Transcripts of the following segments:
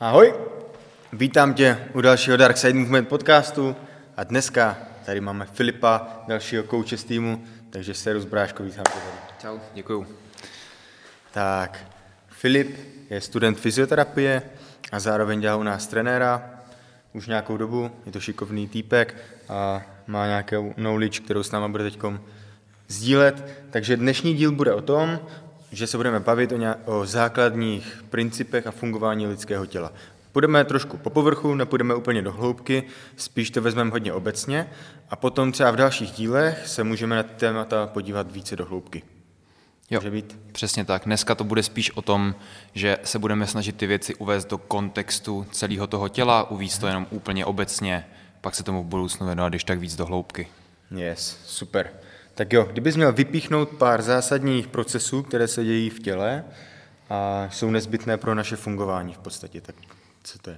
Ahoj, vítám tě u dalšího Dark Side Movement podcastu a dneska tady máme Filipa, dalšího kouče z týmu, takže servus bráško, vítám tě tady. Čau, děkuju. Tak, Filip je student fyzioterapie a zároveň dělá u nás trenéra už nějakou dobu, je to šikovný týpek a má nějakou knowledge, kterou s náma bude teďkom sdílet, takže dnešní díl bude o tom, že se budeme bavit o základních principech a fungování lidského těla. Půjdeme trošku po povrchu, nepůjdeme úplně do hloubky, spíš to vezmeme hodně obecně a potom třeba v dalších dílech se můžeme na témata podívat více do hloubky. Jo, Může být? přesně tak. Dneska to bude spíš o tom, že se budeme snažit ty věci uvést do kontextu celého toho těla, uvíct to jenom úplně obecně, pak se tomu v budoucnu věnovat, když tak víc do hloubky. Yes, super. Tak jo, kdybys měl vypíchnout pár zásadních procesů, které se dějí v těle a jsou nezbytné pro naše fungování v podstatě, tak co to je?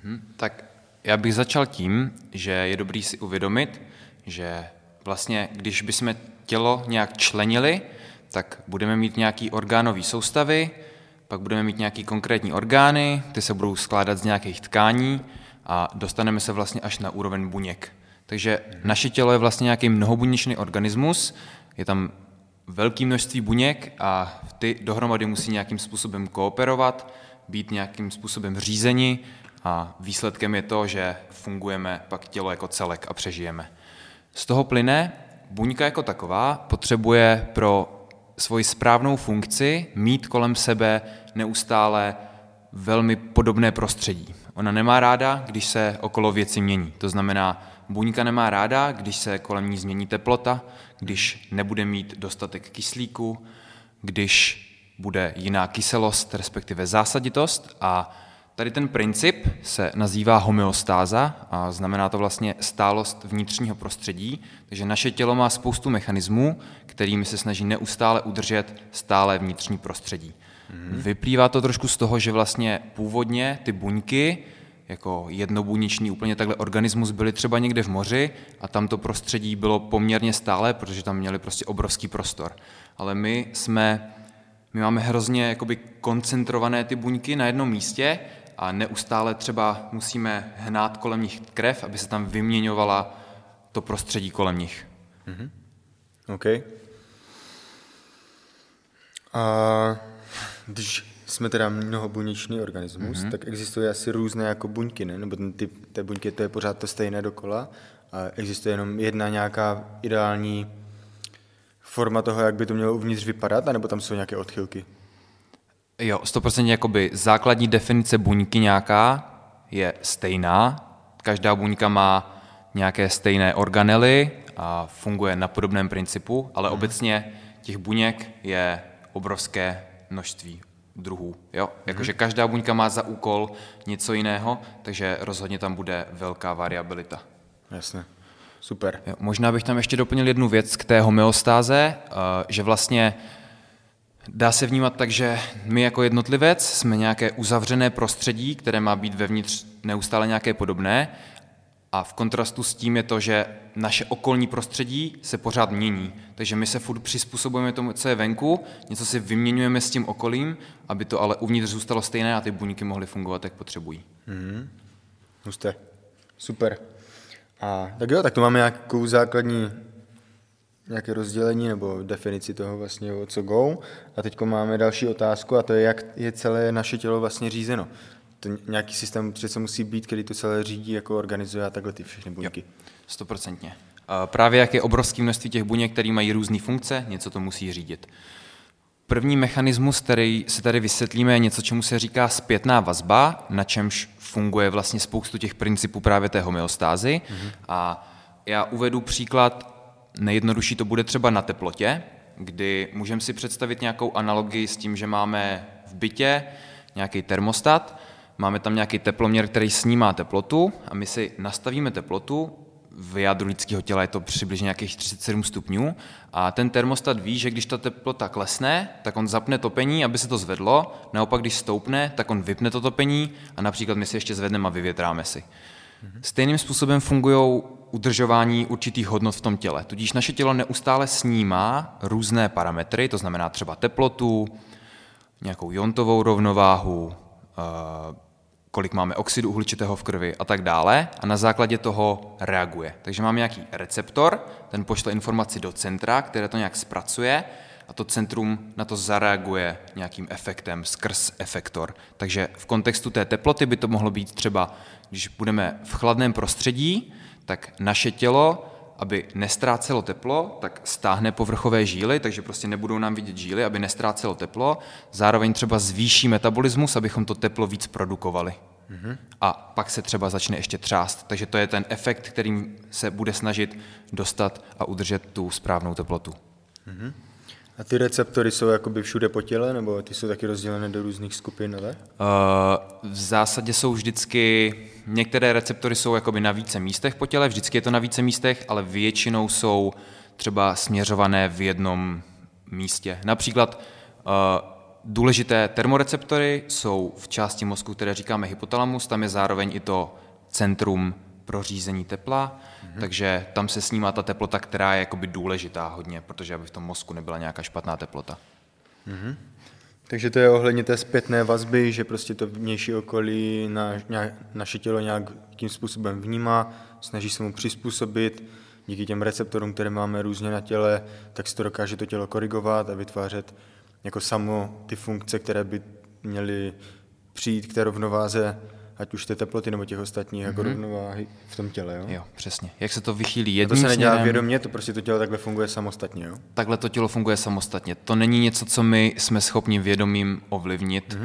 Tak já bych začal tím, že je dobrý si uvědomit, že vlastně, když bychom tělo nějak členili, tak budeme mít nějaký orgánový soustavy, pak budeme mít nějaký konkrétní orgány, ty se budou skládat z nějakých tkání a dostaneme se vlastně až na úroveň buněk. Takže naše tělo je vlastně nějaký mnohobuněčný organismus, je tam velké množství buněk a ty dohromady musí nějakým způsobem kooperovat, být nějakým způsobem řízeni a výsledkem je to, že fungujeme pak tělo jako celek a přežijeme. Z toho plyne, buňka jako taková potřebuje pro svoji správnou funkci mít kolem sebe neustále velmi podobné prostředí. Ona nemá ráda, když se okolo věci mění. To znamená, buňka nemá ráda, když se kolem ní změní teplota, když nebude mít dostatek kyslíku, když bude jiná kyselost, respektive zásaditost. A tady ten princip se nazývá homeostáza a znamená to vlastně stálost vnitřního prostředí. Takže naše tělo má spoustu mechanismů, kterými se snaží neustále udržet stále vnitřní prostředí. Vyplývá to trošku z toho, že vlastně původně ty buňky jako jednobuněčný úplně takhle organismus byly třeba někde v moři a tam to prostředí bylo poměrně stále, protože tam měli prostě obrovský prostor. Ale my máme hrozně jakoby koncentrované ty buňky na jednom místě a neustále třeba musíme hnát kolem nich krev, aby se tam vyměňovala to prostředí kolem nich. OK. A když jsme teda mnohobuněčný organismus, tak existuje asi různé jako buňky, ne? Nebo ten typ té buňky, to je pořád to stejné dokola a existuje jenom jedna nějaká ideální forma toho, jak by to mělo uvnitř vypadat, anebo tam jsou nějaké odchylky? Jo, 100% jakoby základní definice buňky nějaká je stejná. Každá buňka má nějaké stejné organely a funguje na podobném principu, ale obecně těch buněk je obrovské množství druhů. Jo? Jakože každá buňka má za úkol něco jiného, takže rozhodně tam bude velká variabilita. Jasně, super. Jo, možná bych tam ještě doplnil jednu věc k té homeostáze, že vlastně dá se vnímat tak, že my jako jednotlivec jsme nějaké uzavřené prostředí, které má být vevnitř neustále nějaké podobné a v kontrastu s tím je to, že naše okolní prostředí se pořád mění. Takže my se furt přizpůsobujeme tomu, co je venku, něco si vyměňujeme s tím okolím, aby to ale uvnitř zůstalo stejné a ty buňky mohly fungovat, jak potřebují. Husté. Super. A tak jo, tak to máme nějakou základní nějaké rozdělení nebo definici toho vlastně, o co go. A teď máme další otázku a to je, jak je celé naše tělo vlastně řízeno. To nějaký systém přece musí být, který to celé řídí, jako organizuje a takhle ty všechny buňky. 100%. Právě jak je obrovské množství těch buněk, které mají různé funkce, něco to musí řídit. První mechanismus, který si tady vysvětlíme, je něco, čemu se říká zpětná vazba, na čemž funguje vlastně spoustu těch principů právě té homeostázy. A já uvedu příklad, nejjednodušší to bude třeba na teplotě, kdy můžeme si představit nějakou analogii s tím, že máme v bytě nějaký termostat, máme tam nějaký teploměr, který snímá teplotu a my si nastavíme teplotu, v jádru lidského těla je to přibližně nějakých 37 stupňů a ten termostat ví, že když ta teplota klesne, tak on zapne topení, aby se to zvedlo, naopak když stoupne, tak on vypne to topení a například my si ještě zvedneme a vyvětráme si. Stejným způsobem fungují udržování určitých hodnot v tom těle. Tudíž naše tělo neustále snímá různé parametry, to znamená třeba teplotu, nějakou iontovou rovnováhu, kolik máme oxidu uhličitého v krvi a tak dále a na základě toho reaguje. Takže máme nějaký receptor, ten pošle informaci do centra, které to nějak zpracuje a to centrum na to zareaguje nějakým efektem skrz efektor. Takže v kontextu té teploty by to mohlo být třeba, když budeme v chladném prostředí, tak naše tělo, aby nestrácelo teplo, tak stáhne povrchové žíly, takže prostě nebudou nám vidět žíly, aby nestrácelo teplo. Zároveň třeba zvýší metabolismus, abychom to teplo víc produkovali. A pak se třeba začne ještě třást. Takže to je ten efekt, kterým se bude snažit dostat a udržet tu správnou teplotu. A ty receptory jsou jakoby všude po těle, nebo ty jsou taky rozdělené do různých skupin, ale? V zásadě jsou vždycky, některé receptory jsou jakoby na více místech po těle, vždycky je to na více místech, ale většinou jsou třeba směřované v jednom místě. Například důležité termoreceptory jsou v části mozku, které říkáme hypotalamus, tam je zároveň i to centrum pro řízení tepla, takže tam se snímá ta teplota, která je jakoby důležitá hodně, protože aby v tom mozku nebyla nějaká špatná teplota. Takže to je ohledně té zpětné vazby, že prostě to vnější okolí naše tělo nějakým způsobem vnímá, snaží se mu přizpůsobit, díky těm receptorům, které máme různě na těle, tak se to dokáže to tělo korigovat a vytvářet jako samo ty funkce, které by měly přijít k té rovnováze, ať už té teploty nebo těch ostatních jako rovnováhy v tom těle, jo? Jo, přesně. Jak se to vychýlí A to jedním se nedělá směrem, vědomě, to prostě to tělo takhle funguje samostatně, jo? takhle to tělo funguje samostatně. To není něco, co my jsme schopni vědomím ovlivnit,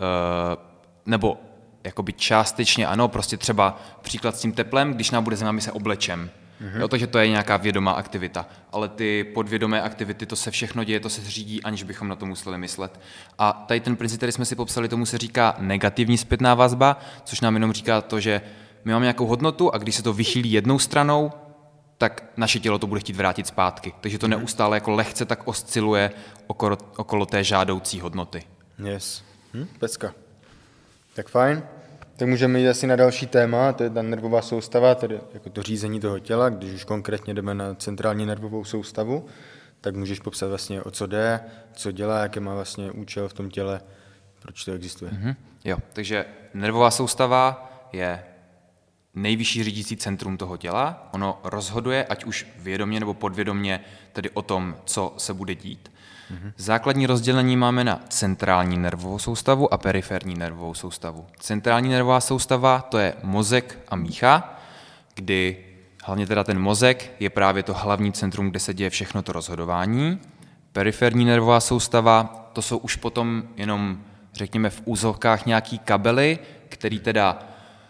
nebo jakoby částečně ano, prostě třeba příklad s tím teplem, když nám bude zima, my se oblečem. Jo, takže to je nějaká vědomá aktivita. Ale ty podvědomé aktivity, to se všechno děje, to se řídí, aniž bychom na to museli myslet. A tady ten princip, který jsme si popsali, tomu se říká negativní zpětná vazba, což nám jenom říká to, že my máme nějakou hodnotu a když se to vychýlí jednou stranou, tak naše tělo to bude chtít vrátit zpátky. Takže to neustále jako lehce tak osciluje okolo té žádoucí hodnoty. Yes. Pecka. Tak fajn. Tak můžeme jít asi na další téma, to je ta nervová soustava, tedy jako to řízení toho těla. Když už konkrétně jdeme na centrální nervovou soustavu, tak můžeš popsat vlastně, o co jde, co dělá, jaký má vlastně účel v tom těle, proč to existuje. Jo, takže nervová soustava je nejvyšší řídící centrum toho těla. Ono rozhoduje, ať už vědomě nebo podvědomě, tedy o tom, co se bude dít. Základní rozdělení máme na centrální nervovou soustavu a periferní nervovou soustavu. Centrální nervová soustava, to je mozek a mícha, kdy hlavně teda ten mozek je právě to hlavní centrum, kde se děje všechno to rozhodování. Periferní nervová soustava, to jsou už potom jenom, řekněme, v úzovkách nějaký kabely, který teda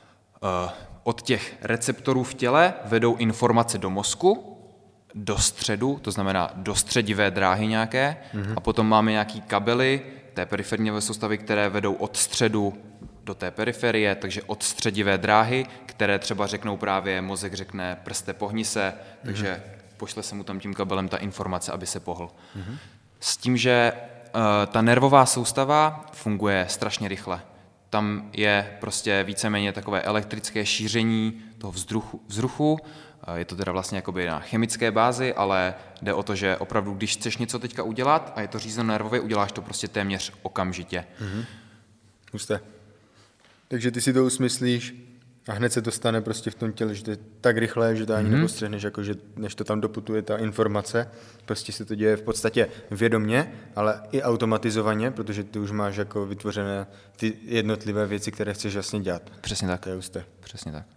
od těch receptorů v těle vedou informace do mozku, do středu, to znamená do středivé dráhy nějaké, a potom máme nějaký kabely té periferní nervové soustavy, které vedou od středu do té periferie, takže od středivé dráhy, které třeba řeknou právě, mozek řekne prste, pohni se, takže pošle se mu tam tím kabelem ta informace, aby se pohl. S tím, že ta nervová soustava funguje strašně rychle. Tam je prostě víceméně takové elektrické šíření toho vzruchu. Je to teda vlastně jakoby na chemické bázi, ale jde o to, že opravdu, když chceš něco teďka udělat a je to řízeno nervově, uděláš to prostě téměř okamžitě. Husté. Takže ty si to usmyslíš a hned se to stane prostě v tom těle, že to je tak rychlé, že to ani nepostřehneš, jako že než to tam doputuje ta informace, prostě se to děje v podstatě vědomně, ale i automatizovaně, protože ty už máš jako vytvořené ty jednotlivé věci, které chceš vlastně dělat. Přesně tak. To je husté. Přesně tak.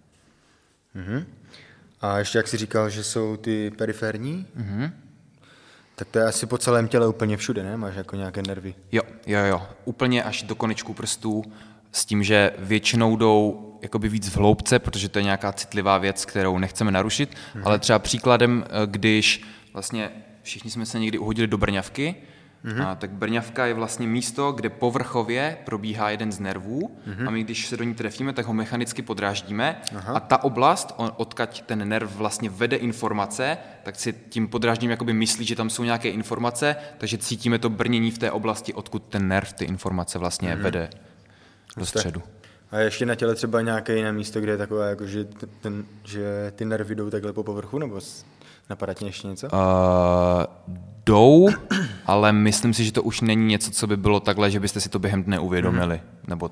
A ještě jak jsi říkal, že jsou ty periferní, tak to je asi po celém těle úplně všude, ne? Máš jako nějaké nervy. Jo. Úplně až do konečků prstů, s tím, že většinou jdou jakoby víc v hloubce, protože to je nějaká citlivá věc, kterou nechceme narušit, ale třeba příkladem, když vlastně všichni jsme se někdy uhodili do brňavky, tak brňavka je vlastně místo, kde povrchově probíhá jeden z nervů a my, když se do ní trefíme, tak ho mechanicky podráždíme a ta oblast, odkud ten nerv vlastně vede informace, tak si tím podráždím jakoby myslí, že tam jsou nějaké informace, takže cítíme to brnění v té oblasti, odkud ten nerv ty informace vlastně vede do středu. A ještě na těle třeba nějaké jiné místo, kde je takové, jako, že ty nervy jdou takhle po povrchu, nebo napadá ti ještě něco? Jdou, ale myslím si, že to už není něco, co by bylo takhle, že byste si to během dne uvědomili, nebo tak.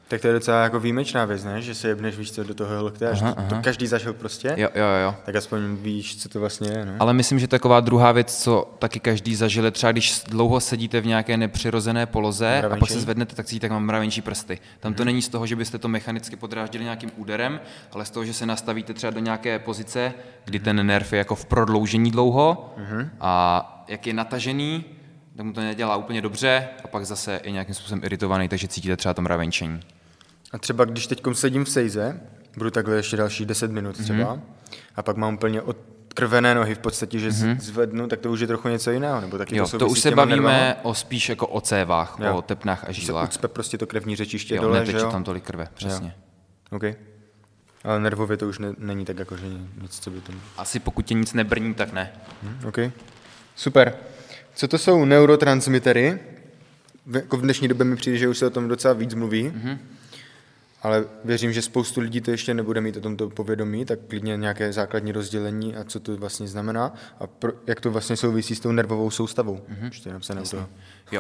Tak to je docela jako výjimečná věc, ne? Že se jebneš, víš co, do toho lokte, to každý zažil prostě. Jo. Tak aspoň víš, co to vlastně je, ne? Ale myslím, že taková druhá věc, co taky každý zažil, třeba když dlouho sedíte v nějaké nepřirozené poloze a pak se zvednete, tak cítíte, tak mám mravenčí prsty. Tam to není z toho, že byste to mechanicky podráždili nějakým úderem, ale z toho, že se nastavíte třeba do nějaké pozice, kdy ten nerv je jako v prodloužení dlouho a jak je natažený, tak mu to nedělá úplně dobře a pak zase je nějakým způsobem iritovaný, takže cítíte třeba to mravenčení. A třeba když teď sedím v sejze, budu takhle ještě další 10 minut třeba, a pak mám úplně odkrvené nohy v podstatě, že zvednu, tak to už je trochu něco jiného, nebo taky to už se bavíme spíš jako o cévách, o tepnách a žílách. Se ucpe prostě to krevní řečiště dole, neteče tam tolik krve, přesně. OK. Ale nervově to už není tak jako, že nic, co by tam... Asi pokud tě nic nebrní, tak ne. OK. Super. Co to jsou neurotransmitery? Jako v dnešní době mi přijde, že už se o tom docela víc mluví, ale věřím, že spoustu lidí to ještě nebude mít o tomto povědomí, tak klidně nějaké základní rozdělení a co to vlastně znamená a jak to vlastně souvisí s tou nervovou soustavou. Ještě napsané u toho. Jo.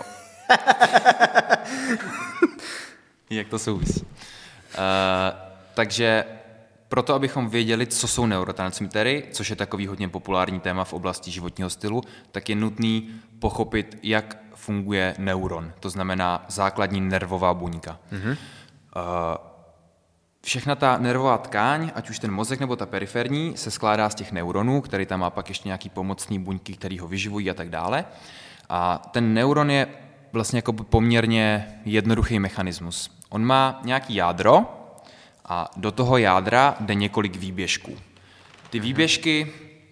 Jak to souvisí? Takže proto, abychom věděli, co jsou neurotransmitery, což je takový hodně populární téma v oblasti životního stylu, tak je nutný pochopit, jak funguje neuron, to znamená základní nervová buňka. Všechna ta nervová tkáň, ať už ten mozek nebo ta periferní, se skládá z těch neuronů, který tam má pak ještě nějaký pomocný buňky, který ho vyživují a tak dále. A ten neuron je vlastně jako poměrně jednoduchý mechanismus. On má nějaký jádro a do toho jádra jde několik výběžků. Ty výběžky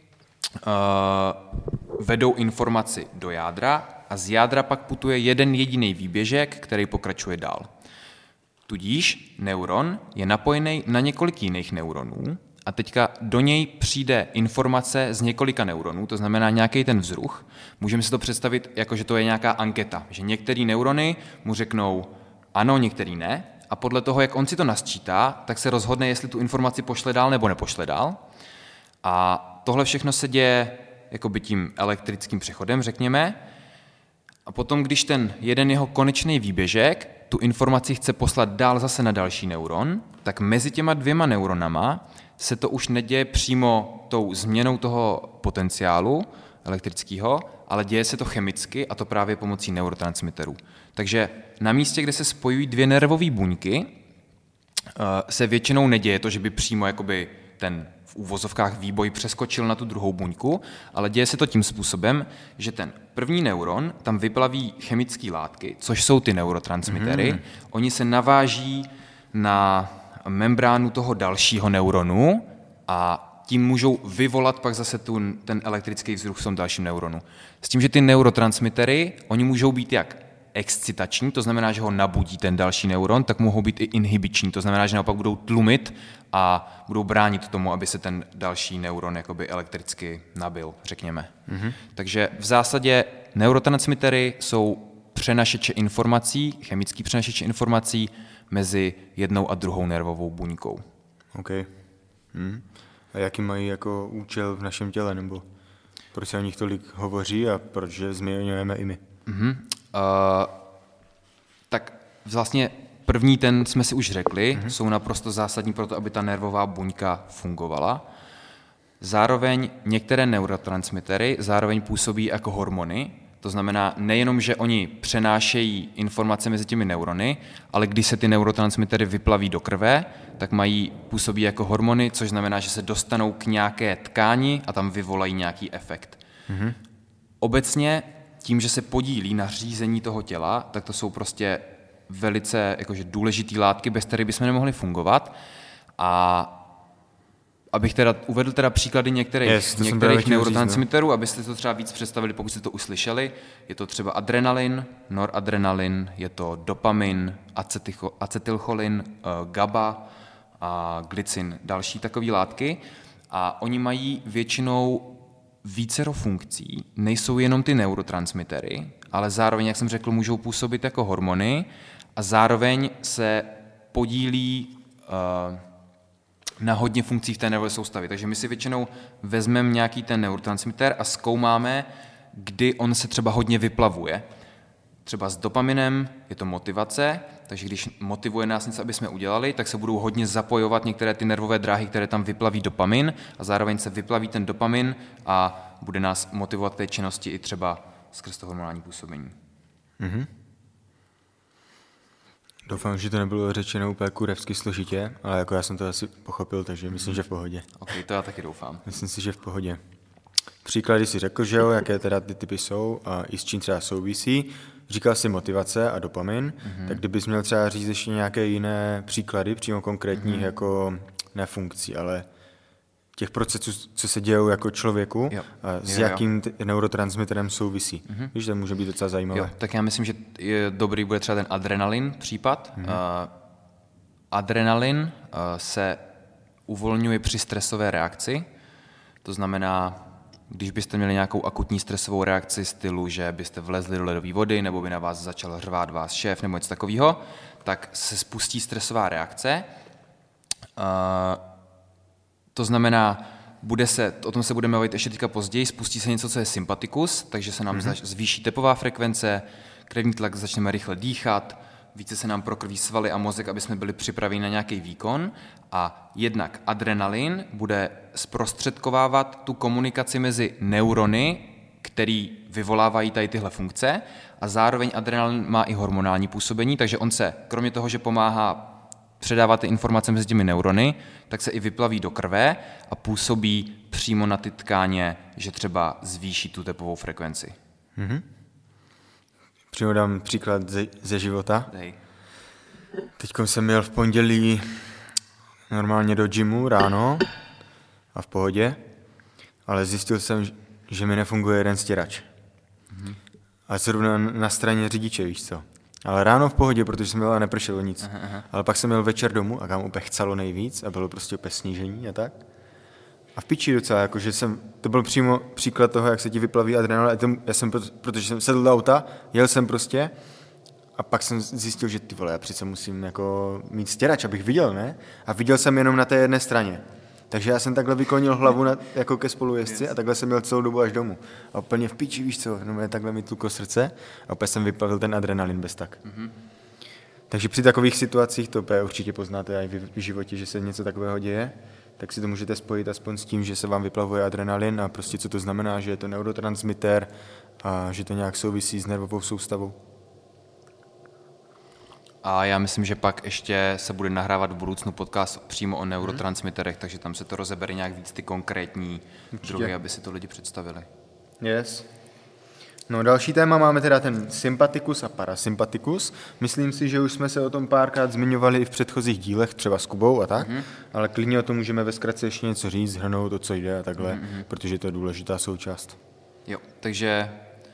vedou informaci do jádra a z jádra pak putuje jeden jediný výběžek, který pokračuje dál. Tudíž neuron je napojený na několik jiných neuronů a teďka do něj přijde informace z několika neuronů, to znamená nějaký ten vzruch. Můžeme si to představit jako, že to je nějaká anketa, že některé neurony mu řeknou ano, některý ne a podle toho, jak on si to nasčítá, tak se rozhodne, jestli tu informaci pošle dál nebo nepošle dál. A tohle všechno se děje jakoby tím elektrickým přechodem, řekněme. A potom, když ten jeden jeho konečný výběžek tu informaci chce poslat dál zase na další neuron, tak mezi těma dvěma neuronama se to už neděje přímo tou změnou toho potenciálu elektrického, ale děje se to chemicky a to právě pomocí neurotransmiterů. Takže na místě, kde se spojují dvě nervové buňky, se většinou neděje to, že by přímo jakoby ten v úvozovkách výboj přeskočil na tu druhou buňku, ale děje se to tím způsobem, že ten první neuron tam vyplaví chemické látky, což jsou ty neurotransmitery. Oni se naváží na membránu toho dalšího neuronu a tím můžou vyvolat pak zase ten elektrický vzruch v tom dalším neuronu. S tím, že ty neurotransmitery, oni můžou být jak excitační, to znamená, že ho nabudí ten další neuron, tak mohou být i inhibiční, to znamená, že naopak budou tlumit a budou bránit tomu, aby se ten další neuron jakoby elektricky nabil, řekněme. Takže v zásadě neurotransmitery jsou přenašeče informací, chemický přenašeče informací mezi jednou a druhou nervovou buňkou. OK. A jaký mají jako účel v našem těle, nebo proč se o nich tolik hovoří a proč je zmiňujeme i my? Tak vlastně první ten jsme si už řekli, jsou naprosto zásadní pro to, aby ta nervová buňka fungovala. Zároveň některé neurotransmitery zároveň působí jako hormony, to znamená nejenom, že oni přenášejí informace mezi těmi neurony, ale když se ty neurotransmitery vyplaví do krve, tak působí jako hormony, což znamená, že se dostanou k nějaké tkáni a tam vyvolají nějaký efekt. Obecně tím, že se podílí na řízení toho těla, tak to jsou prostě velice jakože důležitý látky, bez kterých bychom nemohli fungovat. A abych teda uvedl teda příklady některých neurotransmiterů, abyste to třeba víc představili, pokud jste to uslyšeli. Je to třeba adrenalin, noradrenalin, je to dopamin, acetylcholin, GABA a glycin, další takové látky. A oni mají většinou vícero funkcí, nejsou jenom ty neurotransmitery, ale zároveň, jak jsem řekl, můžou působit jako hormony a zároveň se podílí na hodně funkcích té nervové soustavy. Takže my si většinou vezmeme nějaký ten neurotransmiter a zkoumáme, kdy on se třeba hodně vyplavuje. Třeba s dopaminem je to motivace, takže když motivuje nás něco, aby jsme udělali, tak se budou hodně zapojovat některé ty nervové dráhy, které tam vyplaví dopamin a zároveň se vyplaví ten dopamin a bude nás motivovat té činnosti i třeba skrz to hormonální působení. Mhm. Doufám, že to nebylo řečeno úplně kurevsky složitě, ale jako já jsem to asi pochopil, takže myslím, že v pohodě. Ok, to já taky doufám. Myslím si, že v pohodě. Příklady si řekl, že jo, jaké teda ty typy jsou a i s čím třeba souvisí. Říkal jsi motivace a dopamin, tak kdybys měl třeba říct ještě nějaké jiné příklady, přímo konkrétních jako ne funkcí, ale těch procesů, co se dějou jako člověku a s jakým neurotransmiterem souvisí. Víš, to může být docela zajímavé. Jo, tak já myslím, že je dobrý bude třeba ten adrenalin případ. Adrenalin se uvolňuje při stresové reakci, to znamená, když byste měli nějakou akutní stresovou reakci stylu, že byste vlezli do ledové vody nebo by na vás začal řvát váš šéf nebo něco takového, tak se spustí stresová reakce. To znamená, o tom se budeme bavit ještě teďka později, spustí se něco, co je sympatikus, takže se nám zvýší tepová frekvence, krevní tlak, začneme rychle dýchat, více se nám prokrví svaly a mozek, aby jsme byli připraveni na nějaký výkon a jednak adrenalin bude zprostředkovávat tu komunikaci mezi neurony, který vyvolávají tady tyhle funkce a zároveň adrenalin má i hormonální působení, takže on se, kromě toho, že pomáhá předávat ty informace mezi těmi neurony, tak se i vyplaví do krve a působí přímo na ty tkáně, že třeba zvýší tu tepovou frekvenci. Přímo dám příklad ze života. Dej. Teďkom jsem měl v pondělí normálně do gymu ráno a v pohodě, ale zjistil jsem, že mi nefunguje jeden stěrač. A zrovna na straně řidiče, víš co. Ale ráno v pohodě, protože jsem měl a nepršelo nic. Ale pak jsem měl večer domů a kam úplně chcelo nejvíc a bylo prostě úplně snížení a tak. A v piči docela, jakože to byl přímo příklad toho, jak se ti vyplaví adrenalin. Protože jsem sedl do auta, jel jsem prostě a pak jsem zjistil, že ty vole, já přece musím jako mít stěrač, abych viděl, ne? A viděl jsem jenom na té jedné straně. Takže já jsem takhle vyklonil hlavu jako ke spolujezdci a takhle jsem měl celou dobu až domů. A úplně v piči, víš co, no, takhle mi tluklo srdce a opět jsem vyplavil ten adrenalin bez tak. Takže při takových situacích, to určitě poznáte i v životě, že se něco takového děje, tak si to můžete spojit aspoň s tím, že se vám vyplavuje adrenalin a prostě co to znamená, že je to neurotransmitter a že to nějak souvisí s nervovou soustavou. A já myslím, že pak ještě se bude nahrávat v budoucnu podcast přímo o neurotransmiterech, takže tam se to rozebere nějak víc ty konkrétní druhy, aby si to lidi představili. Yes. No další téma máme teda ten sympatikus a parasympatikus. Myslím si, že už jsme se o tom párkrát zmiňovali i v předchozích dílech, třeba s Kubou a tak, ale klidně o tom můžeme ve zkratce ještě něco říct, shrnout, o co jde a takhle, protože to je důležitá součást. Jo, takže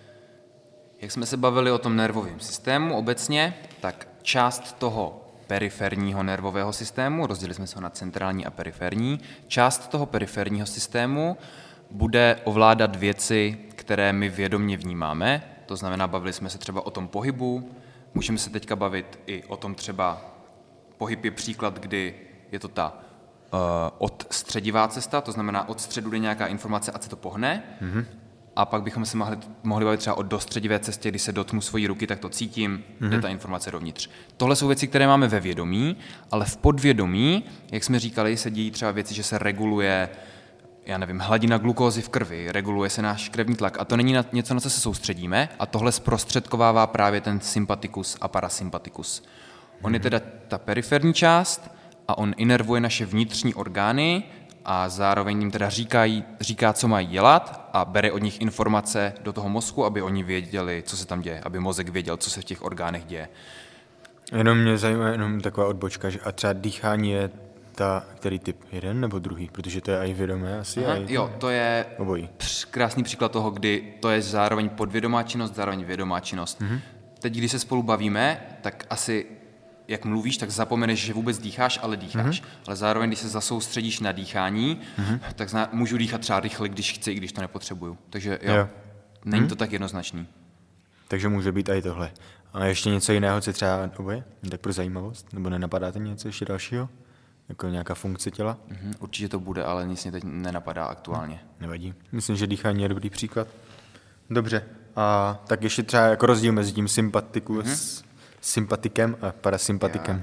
jak jsme se bavili o tom nervovém systému obecně, tak část toho periferního nervového systému, rozdělili jsme se ho na centrální a periferní, část toho periferního systému bude ovládat věci, které my vědomě vnímáme, to znamená, bavili jsme se třeba o tom pohybu, můžeme se teďka bavit i o tom třeba, pohyb je příklad, kdy je to ta odstředivá cesta, to znamená, od středu jde nějaká informace, ať se to pohne, a pak bychom se mohli bavit třeba o dostředivé cestě, když se dotknu svojí ruky, tak to cítím, jde ta informace dovnitř. Tohle jsou věci, které máme ve vědomí, ale v podvědomí, jak jsme říkali, se dějí třeba věci, že se reguluje, já nevím, hladina glukózy v krvi, reguluje se náš krevní tlak a to není něco, na co se soustředíme a tohle zprostředkovává právě ten sympatikus a parasympatikus. On je teda ta periferní část a on inervuje naše vnitřní orgány a zároveň jim teda říká, co mají dělat a bere od nich informace do toho mozku, aby oni věděli, co se tam děje, aby mozek věděl, co se v těch orgánech děje. Jenom mě zajímá jenom taková odbočka, že a třeba dýchání je který typ? Jeden nebo druhý? Protože to je i vědomé asi. Jo, to je obojí. Krásný příklad toho, kdy to je zároveň podvědomá činnost, zároveň vědomá činnost. Teď, když se spolu bavíme, tak asi jak mluvíš, tak zapomeneš, že vůbec dýcháš, ale dýcháš. Ale zároveň, když se zasoustředíš na dýchání, tak můžu dýchat třeba rychle, když chci, i když to nepotřebuju. Takže jo. Není to tak jednoznačný. Takže může být i tohle. A ještě něco jiného, co třeba oboje? Tak pro zajímavost? Nebo nenapadáte něco ještě dalšího? Jako nějaká funkce těla? Určitě to bude, ale nic mě teď nenapadá aktuálně. Nevadí. Myslím, že dýchání je dobrý příklad. Dobře. A tak ještě třeba jako rozdíl mezi tím sympatikem a parasympatikem.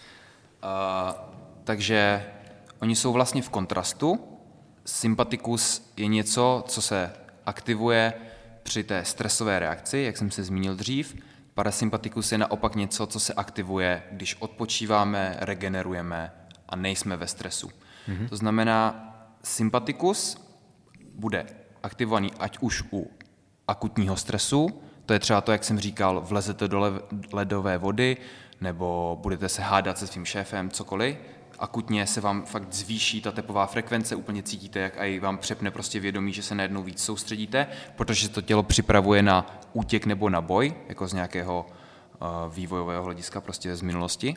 Takže oni jsou vlastně v kontrastu. Sympatikus je něco, co se aktivuje při té stresové reakci, jak jsem se zmínil dřív. Parasympatikus je naopak něco, co se aktivuje, když odpočíváme, regenerujeme a nejsme ve stresu. To znamená, sympatikus bude aktivovaný ať už u akutního stresu, to je třeba to, jak jsem říkal, vlezete do ledové vody, nebo budete se hádat se svým šéfem, cokoliv. Akutně se vám fakt zvýší ta tepová frekvence, úplně cítíte, jak aj vám přepne prostě vědomí, že se najednou víc soustředíte, protože to tělo připravuje na útěk nebo na boj, jako z nějakého vývojového hlediska, prostě z minulosti.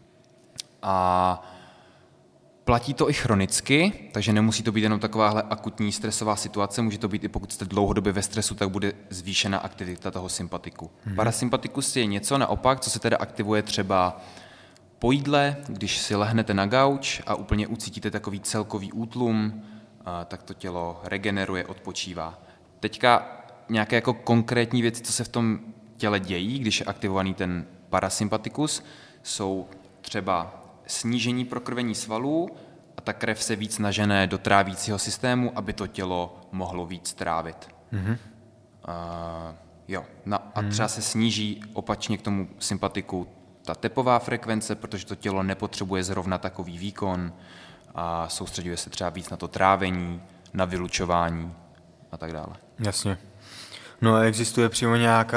A platí to i chronicky, takže nemusí to být jenom takováhle akutní stresová situace, může to být i pokud jste dlouhodobě ve stresu, tak bude zvýšená aktivita toho sympatiku. Parasympatikus je něco naopak, co se teda aktivuje třeba po jídle, když si lehnete na gauč a úplně ucítíte takový celkový útlum, tak to tělo regeneruje, odpočívá. Teďka nějaké jako konkrétní věci, co se v tom těle dějí, když je aktivovaný ten parasympatikus, jsou třeba snížení prokrvení svalů a ta krev se víc nažene do trávícího systému, aby to tělo mohlo víc trávit. A třeba se sníží opačně k tomu sympatiku ta tepová frekvence, protože to tělo nepotřebuje zrovna takový výkon a soustředuje se třeba víc na to trávení, na vylučování a tak dále. Jasně. No a existuje přímo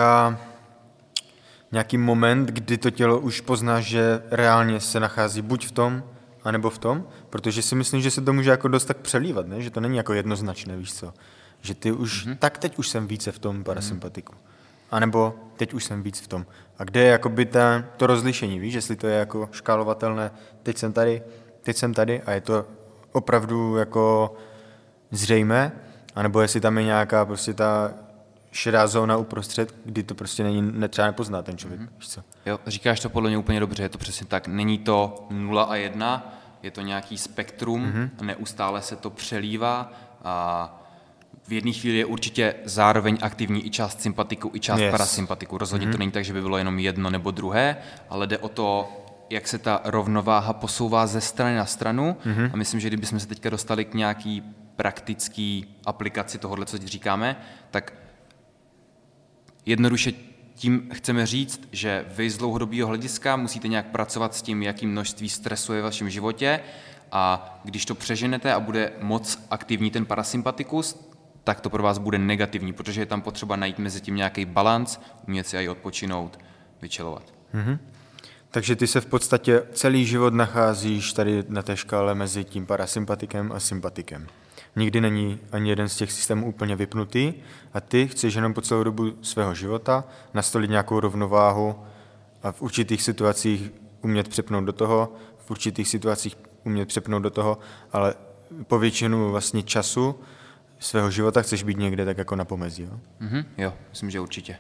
nějaký moment, kdy to tělo už pozná, že reálně se nachází buď v tom, anebo v tom, protože si myslím, že se to může jako dost tak přelívat, ne? Že to není jako jednoznačné, víš co? Že ty už, tak teď už jsem více v tom parasympatiku. A nebo teď už jsem víc v tom. A kde je jakoby to rozlišení, víš, jestli to je jako škálovatelné, teď jsem tady a je to opravdu jako zřejmé, anebo jestli tam je nějaká prostě ta šedá zóna uprostřed, kdy to prostě třeba nepozná ten člověk, víš co? Jo, říkáš to podle mě úplně dobře, je to přesně tak. Není to 0 a 1, je to nějaký spektrum, neustále se to přelívá a v jedné chvíli je určitě zároveň aktivní i část sympatiku, i část parasympatiku. Rozhodně to není tak, že by bylo jenom jedno nebo druhé, ale jde o to, jak se ta rovnováha posouvá ze strany na stranu. A myslím, že kdybychom se teďka dostali k nějaký praktický aplikaci tohohle, co říkáme, tak jednoduše tím chceme říct, že vy z dlouhodobého hlediska musíte nějak pracovat s tím, jaký množství stresu je v vašem životě a když to přeženete a bude moc aktivní ten parasympatikus, tak to pro vás bude negativní, protože je tam potřeba najít mezi tím nějaký balanc, umět si aj odpočinout, vyčilovat. Takže ty se v podstatě celý život nacházíš tady na té škále mezi tím parasympatikem a sympatikem. Nikdy není ani jeden z těch systémů úplně vypnutý a ty chceš jenom po celou dobu svého života nastolit nějakou rovnováhu a v určitých situacích umět přepnout do toho, v určitých situacích umět přepnout do toho, ale po většinu vlastně času svého života chceš být někde tak jako na pomezí, jo? Jo, myslím, že určitě.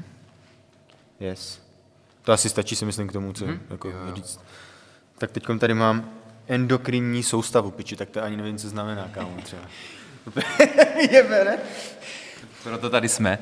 Yes. To asi stačí, si myslím, k tomu, co jako říct. Tak teďkom tady mám endokrinní soustavu, piči, tak to ani nevím, co znamená, kámo, třeba. Jebere. Proto tady jsme.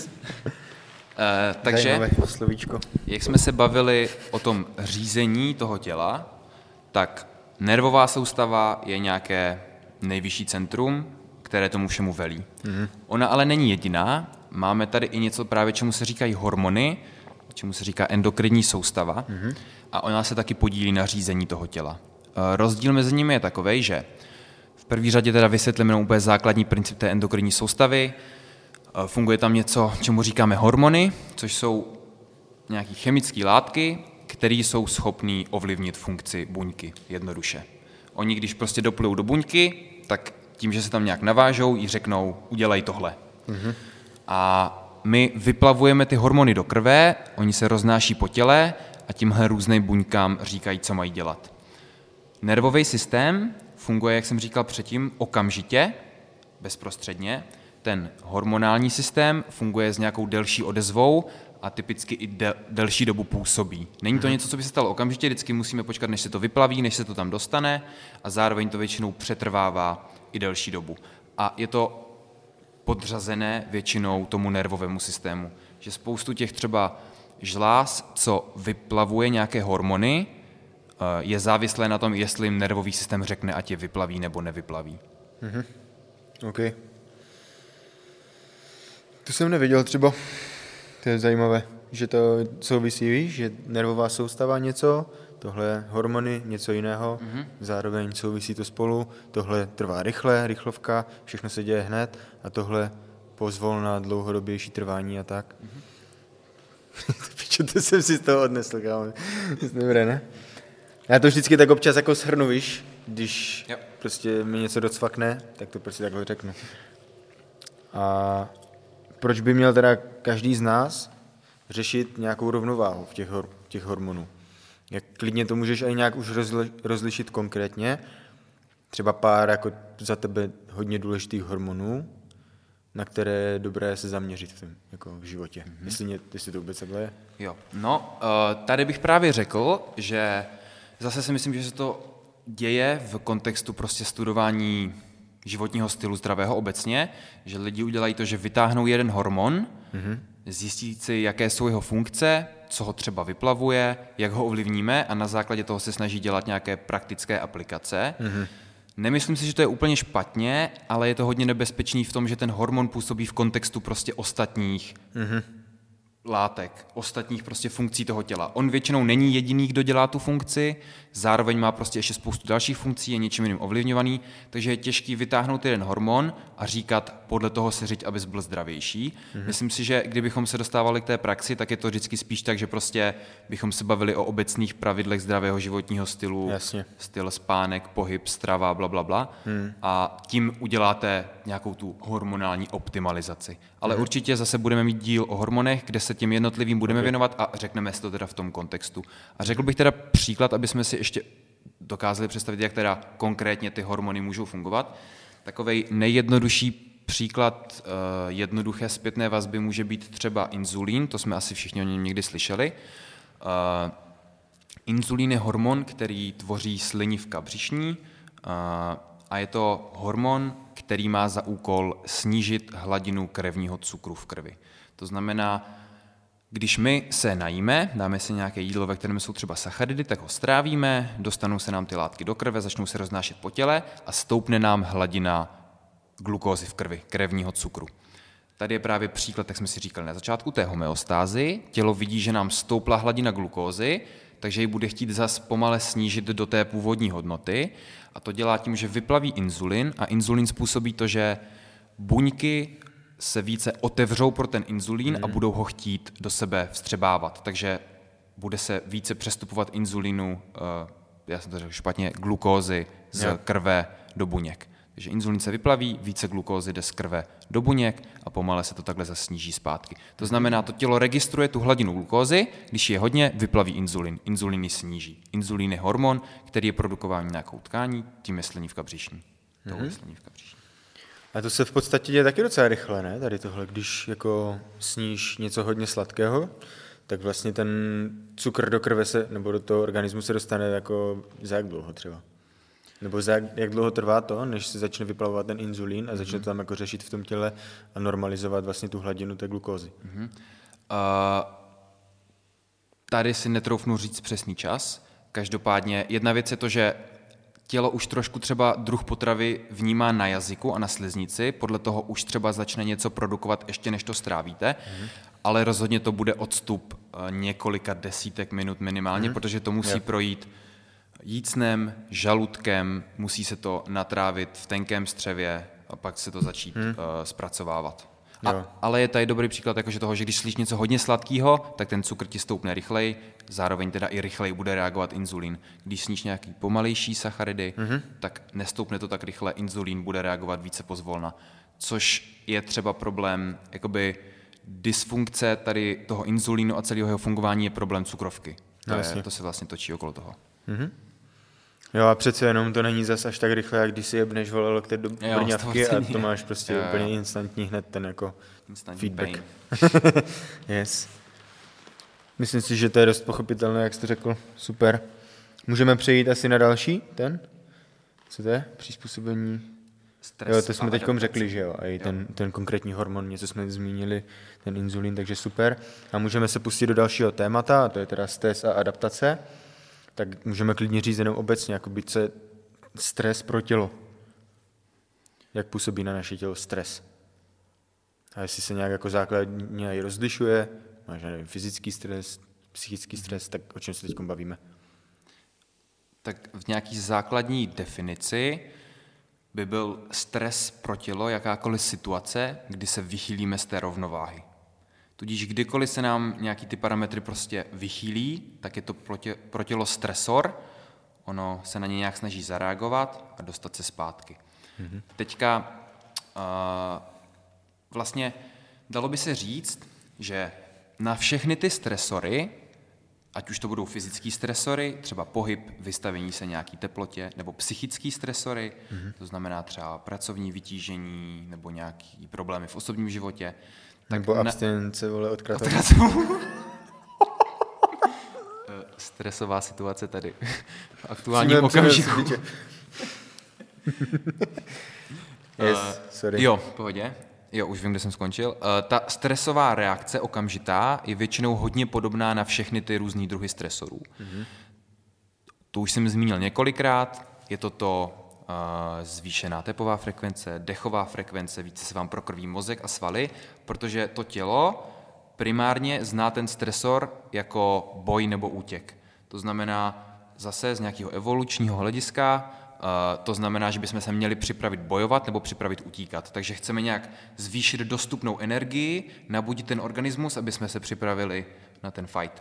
Takže, slovíčko. Jak jsme se bavili o tom řízení toho těla, tak nervová soustava je nějaké nejvyšší centrum, které tomu všemu velí. Ona ale není jediná, máme tady i něco právě, čemu se říkají hormony, čemu se říká endokrinní soustava a ona se taky podílí na řízení toho těla. Rozdíl mezi nimi je takovej, že v první řadě teda vysvětlíme úplně základní princip té endokrinní soustavy. Funguje tam něco, čemu říkáme hormony, což jsou nějaké chemické látky, které jsou schopné ovlivnit funkci buňky jednoduše. Oni, když prostě doplujou do buňky, tak tím, že se tam nějak navážou, jí řeknou, udělej tohle. A my vyplavujeme ty hormony do krve, oni se roznáší po těle a tímhle různým buňkám říkají, co mají dělat. Nervový systém funguje, jak jsem říkal předtím, okamžitě, bezprostředně. Ten hormonální systém funguje s nějakou delší odezvou a typicky i delší dobu působí. Není to něco, co by se stalo okamžitě, vždycky musíme počkat, než se to vyplaví, než se to tam dostane a zároveň to většinou přetrvává i delší dobu. A je to podřazené většinou tomu nervovému systému. Že spoustu těch třeba žláz, co vyplavuje nějaké hormony, je závislé na tom, jestli jim nervový systém řekne, ať je vyplaví nebo nevyplaví. OK. To jsem nevěděl třeba. To je zajímavé, že to souvisí, víš, že nervová soustava něco, tohle hormony, něco jiného, zároveň souvisí to spolu, tohle trvá rychle, rychlovka, všechno se děje hned a tohle pozvolná dlouhodobější trvání a tak. To jsem si z toho odnesl, kámo. Dobré, ne? Já to vždycky tak občas jako shrnu, víš, když prostě mi něco docvakne, tak to prostě takhle řeknu. A proč by měl teda každý z nás řešit nějakou rovnováhu v těch hormonů? Jak klidně to můžeš i nějak už rozlišit konkrétně, třeba pár jako za tebe hodně důležitých hormonů, na které je dobré se zaměřit v životě. Jestli to vůbec takhle je? Jo, no, tady bych právě řekl, že zase si myslím, že se to děje v kontextu prostě studování životního stylu zdravého obecně, že lidi udělají to, že vytáhnou jeden hormon, zjistí si, jaké jsou jeho funkce, co ho třeba vyplavuje, jak ho ovlivníme a na základě toho se snaží dělat nějaké praktické aplikace. Nemyslím si, že to je úplně špatně, ale je to hodně nebezpečný v tom, že ten hormon působí v kontextu prostě ostatních látek, ostatních prostě funkcí toho těla. On většinou není jediný, kdo dělá tu funkci, zároveň má prostě ještě spoustu dalších funkcí, je něčím jiným ovlivňovaný, takže je těžký vytáhnout jeden hormon a říkat, podle toho se řiď, abys byl zdravější. Myslím si, že kdybychom se dostávali k té praxi, tak je to vždycky spíš tak, že prostě bychom se bavili o obecných pravidlech zdravého životního stylu, styl, spánek, pohyb, strava, blablabla, a tím uděláte nějakou tu hormonální optimalizaci. Ale určitě zase budeme mít díl o hormonech, kde se těm jednotlivým budeme věnovat a řekneme si to teda v tom kontextu. A řekl bych teda příklad, aby jsme si ještě dokázali představit, jak teda konkrétně ty hormony můžou fungovat. Takovej nejjednodušší příklad jednoduché zpětné vazby může být třeba inzulín, to jsme asi všichni o něm někdy slyšeli. Inzulín je hormon, který tvoří slinivka břišní a je to hormon, který má za úkol snížit hladinu krevního cukru v krvi. To znamená, když my se najíme, dáme si nějaké jídlo, ve kterém jsou třeba sacharidy, tak ho strávíme, dostanou se nám ty látky do krve, začnou se roznášet po těle a stoupne nám hladina glukózy v krvi, krevního cukru. Tady je právě příklad, jak jsme si říkali na začátku, té homeostázy. Tělo vidí, že nám stoupla hladina glukózy, takže ji bude chtít zas pomale snížit do té původní hodnoty. A to dělá tím, že vyplaví inzulin a inzulin způsobí to, že buňky se více otevřou pro ten inzulín a budou ho chtít do sebe vstřebávat. Takže bude se více přestupovat inzulinu, já jsem to řekl špatně, glukózy z krve do buněk. Takže inzulín se vyplaví, více glukózy jde z krve do buněk a pomale se to takhle zase sníží zpátky. To znamená, to tělo registruje tu hladinu glukózy, když je hodně, vyplaví inzulin. Inzulin ji sníží. Inzulin je hormon, který je produkován nějakou tkání, tím je slinivka břišní. A to se v podstatě děje taky docela rychle, ne? Tady tohle, když jako sníš něco hodně sladkého, tak vlastně ten cukr do krve nebo do toho organismu se dostane jako za jak dlouho třeba? Nebo jak dlouho trvá to, než se začne vyplavovat ten inzulín a začne to tam jako řešit v tom těle a normalizovat vlastně tu hladinu té glukózy? Tady si netroufnu říct přesný čas. Každopádně jedna věc je to, že tělo už trošku třeba druh potravy vnímá na jazyku a na sliznici, podle toho už třeba začne něco produkovat ještě než to strávíte, ale rozhodně to bude odstup několika desítek minut minimálně, protože to musí projít jícnem, žaludkem, musí se to natrávit v tenkém střevě a pak se to začít zpracovávat. Ale je tady dobrý příklad jakože toho, že když slyš něco hodně sladkého, tak ten cukr ti stoupne rychleji, zároveň teda i rychleji bude reagovat inzulín. Když sníš nějaký pomalejší sacharidy, tak nestoupne to tak rychle, inzulín bude reagovat více pozvolna. Což je třeba problém, jakoby dysfunkce tady toho inzulínu a celého jeho fungování je problém cukrovky. To se vlastně točí okolo toho. Jo, a přece jenom to není zas až tak rychle, jak když si jebneš lokty do brňavky a to máš prostě úplně instantní hned ten jako feedback. Yes. Myslím si, že to je dost pochopitelné, jak jste řekl. Super. Můžeme přejít asi na další, ten? Co to je? Přizpůsobení stres. Jo, to jsme a teď adaptaci. řekli, že jo, a i ten konkrétní hormon, něco jsme zmínili, ten inzulín, takže super. A můžeme se pustit do dalšího témata, a to je teda stres a adaptace. Tak můžeme klidně říct jenom obecně, jakoby, co je stres pro tělo. Jak působí na naše tělo stres. A jestli se nějak jako základně i rozlišuje, máš, nevím, fyzický stres, psychický stres, tak o čem se teď bavíme? Tak v nějaký základní definici by byl stres pro tělo jakákoliv situace, kdy se vychýlíme z té rovnováhy. Tudíž kdykoliv se nám nějaký ty parametry prostě vychýlí, tak je to pro tělo stresor, ono se na ně nějak snaží zareagovat a dostat se zpátky. Teďka vlastně dalo by se říct, že na všechny ty stresory, ať už to budou fyzické stresory, třeba pohyb, vystavení se nějaký teplotě, nebo psychické stresory, to znamená třeba pracovní vytížení nebo nějaký problémy v osobním životě. Tak Nebo abstinence, vole, od kratovů. Stresová situace tady v aktuálním okamžiku. Yes, sorry. Jo, v pohodě. Jo, už vím, kde jsem skončil. Ta stresová reakce okamžitá je většinou hodně podobná na všechny ty různý druhy stresorů. To už jsem zmínil několikrát. Je to zvýšená tepová frekvence, dechová frekvence, více se vám prokrví mozek a svaly, protože to tělo primárně zná ten stresor jako boj nebo útěk. To znamená zase z nějakého evolučního hlediska, to znamená, že bychom se měli připravit bojovat nebo připravit utíkat. Takže chceme nějak zvýšit dostupnou energii, nabudit ten organismus, aby jsme se připravili na ten fight.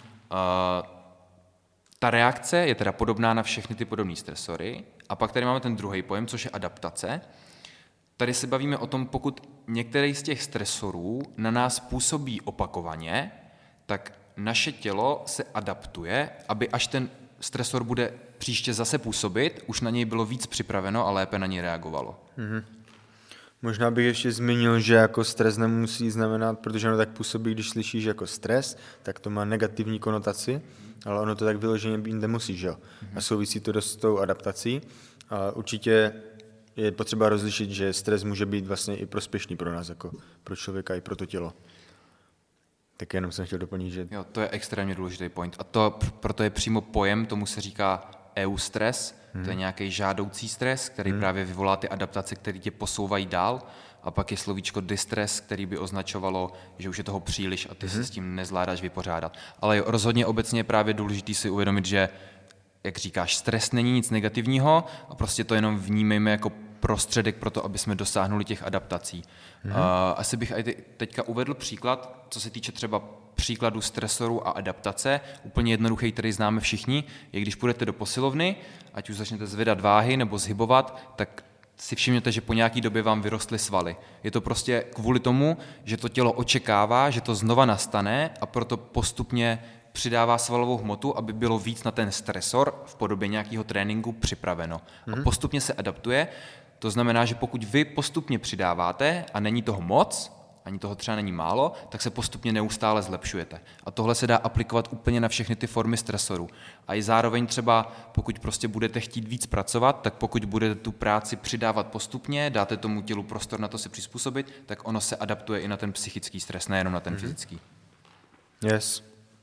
Ta reakce je teda podobná na všechny ty podobné stresory. A pak tady máme ten druhý pojem, což je adaptace. Tady se bavíme o tom, pokud některý z těch stresorů na nás působí opakovaně, tak naše tělo se adaptuje, aby až ten stresor bude příště zase působit, už na něj bylo víc připraveno a lépe na něj reagovalo. Možná bych ještě zmínil, že jako stres nemusí znamenat, protože ono tak působí, když slyšíš jako stres, tak to má negativní konotaci, ale ono to tak vyloženě být nemusí, že jo? A souvisí to dost s tou adaptací. A určitě je potřeba rozlišit, že stres může být vlastně i prospěšný pro nás, jako pro člověka i pro to tělo. Tak jenom jsem chtěl doplnit, že... Jo, to je extrémně důležitý point. A proto je přímo pojem, tomu se říká eustres, to je nějaký žádoucí stres, který právě vyvolá ty adaptace, které tě posouvají dál. A pak je slovíčko distress, který by označovalo, že už je toho příliš a ty se s tím nezvládáš vypořádat. Ale rozhodně obecně je právě důležitý si uvědomit, že, jak říkáš, stres není nic negativního a prostě to jenom vnímejme jako prostředek pro to, aby jsme dosáhnuli těch adaptací. Asi bych i teďka uvedl příklad, co se týče třeba příkladu stresoru a adaptace, úplně jednoduchý, který známe všichni, je když půjdete do posilovny, ať už začnete zvedat váhy nebo zhybovat, tak si všimněte, že po nějaký době vám vyrostly svaly. Je to prostě kvůli tomu, že to tělo očekává, že to znova nastane a proto postupně přidává svalovou hmotu, aby bylo víc na ten stresor v podobě nějakého tréninku připraveno. A postupně se adaptuje. To znamená, že pokud vy postupně přidáváte a není toho moc, ani toho třeba není málo, tak se postupně neustále zlepšujete. A tohle se dá aplikovat úplně na všechny ty formy stresorů. A i zároveň třeba, pokud prostě budete chtít víc pracovat, tak pokud budete tu práci přidávat postupně, dáte tomu tělu prostor na to se přizpůsobit, tak ono se adaptuje i na ten psychický stres, nejenom na ten fyzický. Yes.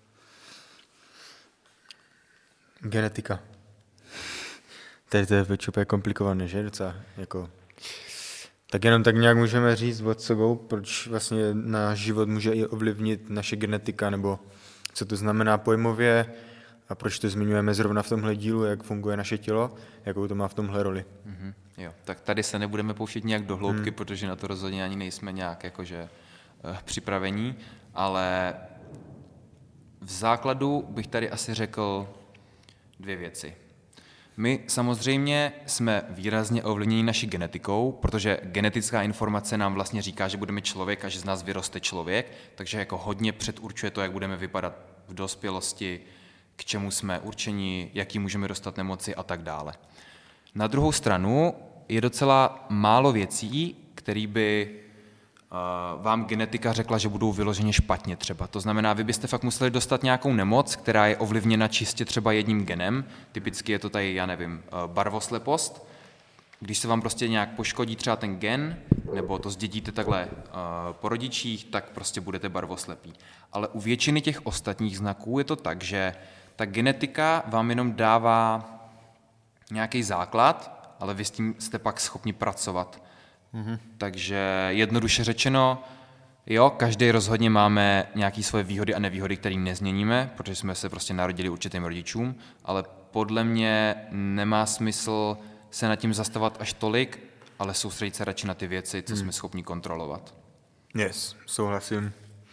Genetika. Tady to je úplně komplikované, že? Docela, jako... Tak jenom tak nějak můžeme říct od sebou, proč vlastně náš život může i ovlivnit naše genetika, nebo co to znamená pojmově a proč to zmiňujeme zrovna v tomhle dílu, jak funguje naše tělo, jakou to má v tomhle roli. Jo, tak tady se nebudeme pouštět nějak do hloubky, protože na to rozhodně ani nejsme nějak jakože připravení, ale v základu bych tady asi řekl dvě věci. My samozřejmě jsme výrazně ovlivněni naší genetikou, protože genetická informace nám vlastně říká, že budeme člověk a že z nás vyroste člověk, takže jako hodně předurčuje to, jak budeme vypadat v dospělosti, k čemu jsme určeni, jaký můžeme dostat nemoci a tak dále. Na druhou stranu je docela málo věcí, které by vám genetika řekla, že budou vyloženě špatně třeba. To znamená, vy byste fakt museli dostat nějakou nemoc, která je ovlivněna čistě třeba jedním genem. Typicky je to tady, já nevím, barvoslepost. když se vám prostě nějak poškodí třeba ten gen, nebo to zdědíte takhle po rodičích, tak prostě budete barvoslepí. Ale u většiny těch ostatních znaků je to tak, že ta genetika vám jenom dává nějaký základ, ale vy s tím jste pak schopni pracovat. Takže jednoduše řečeno, jo, každý rozhodně máme nějaké svoje výhody a nevýhody, které nezměníme, protože jsme se prostě narodili určitým rodičům, ale podle mě nemá smysl se nad tím zastavovat až tolik, ale soustředit se radši na ty věci, co jsme schopni kontrolovat. Yes, souhlasím.